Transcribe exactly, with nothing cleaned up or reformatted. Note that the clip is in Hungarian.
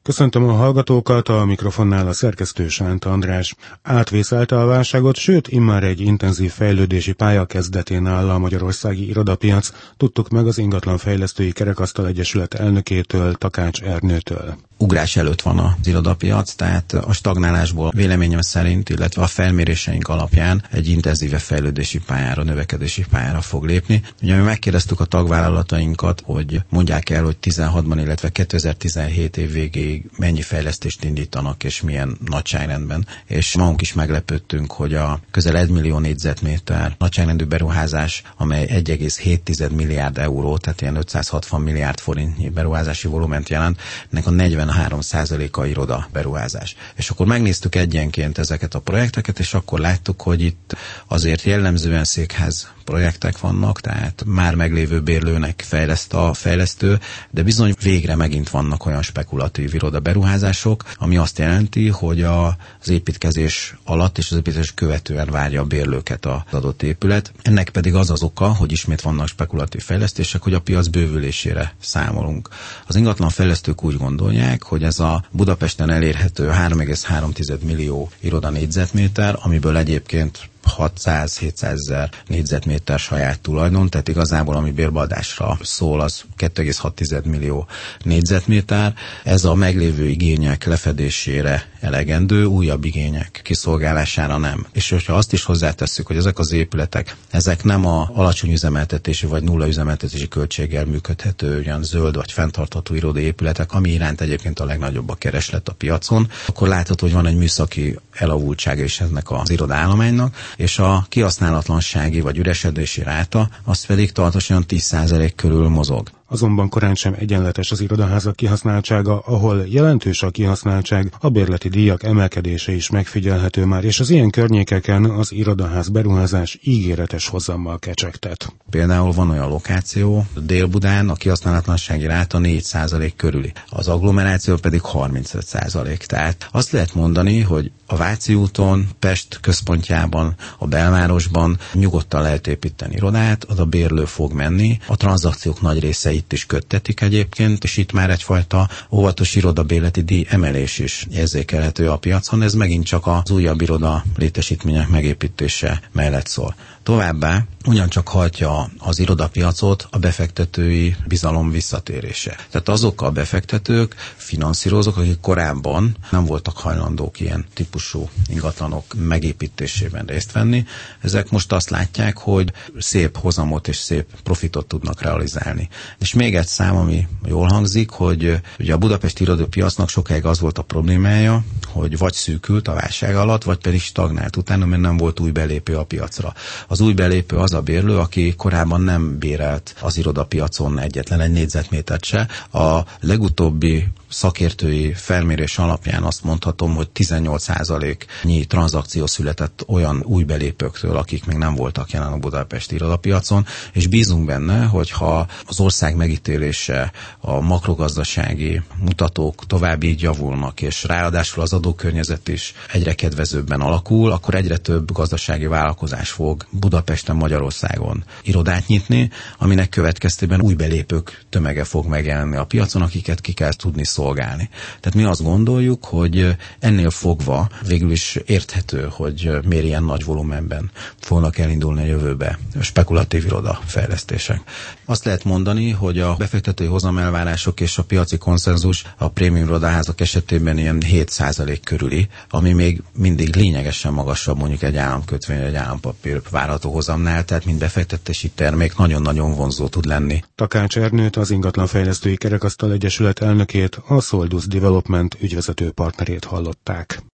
Köszöntöm a hallgatókat, a mikrofonnál a szerkesztő Sánta András. Átvészelte a válságot, sőt, immár egy intenzív fejlődési pálya kezdetén áll a magyarországi irodapiac, tudtuk meg az Ingatlanfejlesztői Kerekasztal Egyesület elnökétől, Takács Ernőtől. Ugrás előtt van az irodapiac, tehát a stagnálásból véleményem szerint, illetve a felméréseink alapján egy intenzíve fejlődési pályára, növekedési pályára fog lépni. Ugye mi megkérdeztük a tagvállalatainkat, hogy mondják el, hogy tizenhatban, illetve kétezer-tizenhét év végéig mennyi fejlesztést indítanak, és milyen nagyságrendben. És magunk is meglepődtünk, hogy a közel egy millió négyzetméter nagyságrendű beruházás, amely egy egész hét milliárd euró, tehát ilyen ötszázhatvan milliárd forintnyi beruházási volument jelent, ennek a negyvenhárom százaléka iroda beruházás. És akkor megnéztük egyenként ezeket a projekteket, és akkor láttuk, hogy itt azért jellemzően székház projektek vannak, tehát már meglévő bérlőnek fejleszt a fejlesztő, de bizony végre megint vannak olyan spekulatív iroda beruházások, ami azt jelenti, hogy az építkezés alatt és az építkezés követően várja a bérlőket az adott épület. Ennek pedig az az oka, hogy ismét vannak spekulatív fejlesztések, hogy a piac bővülésére számolunk. Az ingatlanfejlesztők úgy gondolják, hogy ez a Budapesten elérhető három egész három millió iroda négyzetméter, amiből egyébként hatszáz-hétszázezer négyzetméter saját tulajdon, tehát igazából ami bérbeadásra szól, az két egész hat millió négyzetméter. Ez a meglévő igények lefedésére elegendő, újabb igények kiszolgálására nem. És hogyha azt is hozzátesszük, hogy ezek az épületek, ezek nem a alacsony üzemeltetési vagy nulla üzemeltetési költséggel működhető olyan zöld vagy fenntartható irodai épületek, ami iránt egyébként a legnagyobb a kereslet a piacon, akkor látható, hogy van egy műszaki elavultsága is ennek az irodaállománynak, és a kihasználatlansági vagy üresedési ráta, az pedig tartósan tíz százalék körül mozog. Azonban korán sem egyenletes az irodaházak kihasználtsága, ahol jelentős a kihasználtság, a bérleti díjak emelkedése is megfigyelhető már, és az ilyen környékeken az irodaház beruházás ígéretes hozammal kecsegtet. Például van olyan lokáció, Dél-Budán a kihasználatlansági ráta négy százalék körüli, az agglomeráció pedig harmincöt százalék. Tehát azt lehet mondani, hogy a Váci úton, Pest központjában, a belvárosban nyugodtan lehet építeni irodát, az a bérlő fog menni, a tranzakciók nagy része itt is köttetik egyébként, és itt már egyfajta óvatos irodabérleti díj emelés is érzékelhető a piacon, ez megint csak az újabb iroda létesítmények megépítése mellett szól. Továbbá ugyancsak hajtja az irodapiacot a befektetői bizalom visszatérése. Tehát azok a befektetők, finanszírozók, akik korábban nem voltak hajlandók ilyen típusú ingatlanok megépítésében részt venni, ezek most azt látják, hogy szép hozamot és szép profitot tudnak realizálni. És még egy szám, ami jól hangzik, hogy ugye a budapesti irodapiacnak sokáig az volt a problémája, hogy vagy szűkült a válság alatt, vagy pedig stagnált utána, mert nem volt új belépő a piacra. Az új belépő az a bérlő, aki korábban nem bérelt az irodapiacon egyetlen egy négyzetmétert se. A legutóbbi szakértői felmérés alapján azt mondhatom, hogy tizennyolc százaléknyi tranzakció született olyan új belépőktől, akik még nem voltak jelen a budapesti irodapiacon, és bízunk benne, hogyha az ország megítélése, a makrogazdasági mutatók tovább így javulnak, és ráadásul az adókörnyezet is egyre kedvezőbben alakul, akkor egyre több gazdasági vállalkozás fog Budapesten, Magyarországon irodát nyitni, aminek következtében új belépők tömege fog megjelenni a piacon, akiket ki kell tudni szolgálni. Tehát mi azt gondoljuk, hogy ennél fogva végül is érthető, hogy miért ilyen nagy volumenben fognak elindulni a jövőbe spekulatív iroda fejlesztések. Azt lehet mondani, hogy a befektetői hozamelvárások és a piaci konszenzus a prémium irodaházak esetében ilyen hét százalék körüli, ami még mindig lényegesen magasabb mondjuk egy államkötvény, egy állampapír várható hozamnál, tehát mint befektetési termék nagyon-nagyon vonzó tud lenni. Takács Ernőt, az Ingatlanfejlesztői Kerekasztal Egyesület elnökét, a Soldus Development ügyvezető partnerét hallották.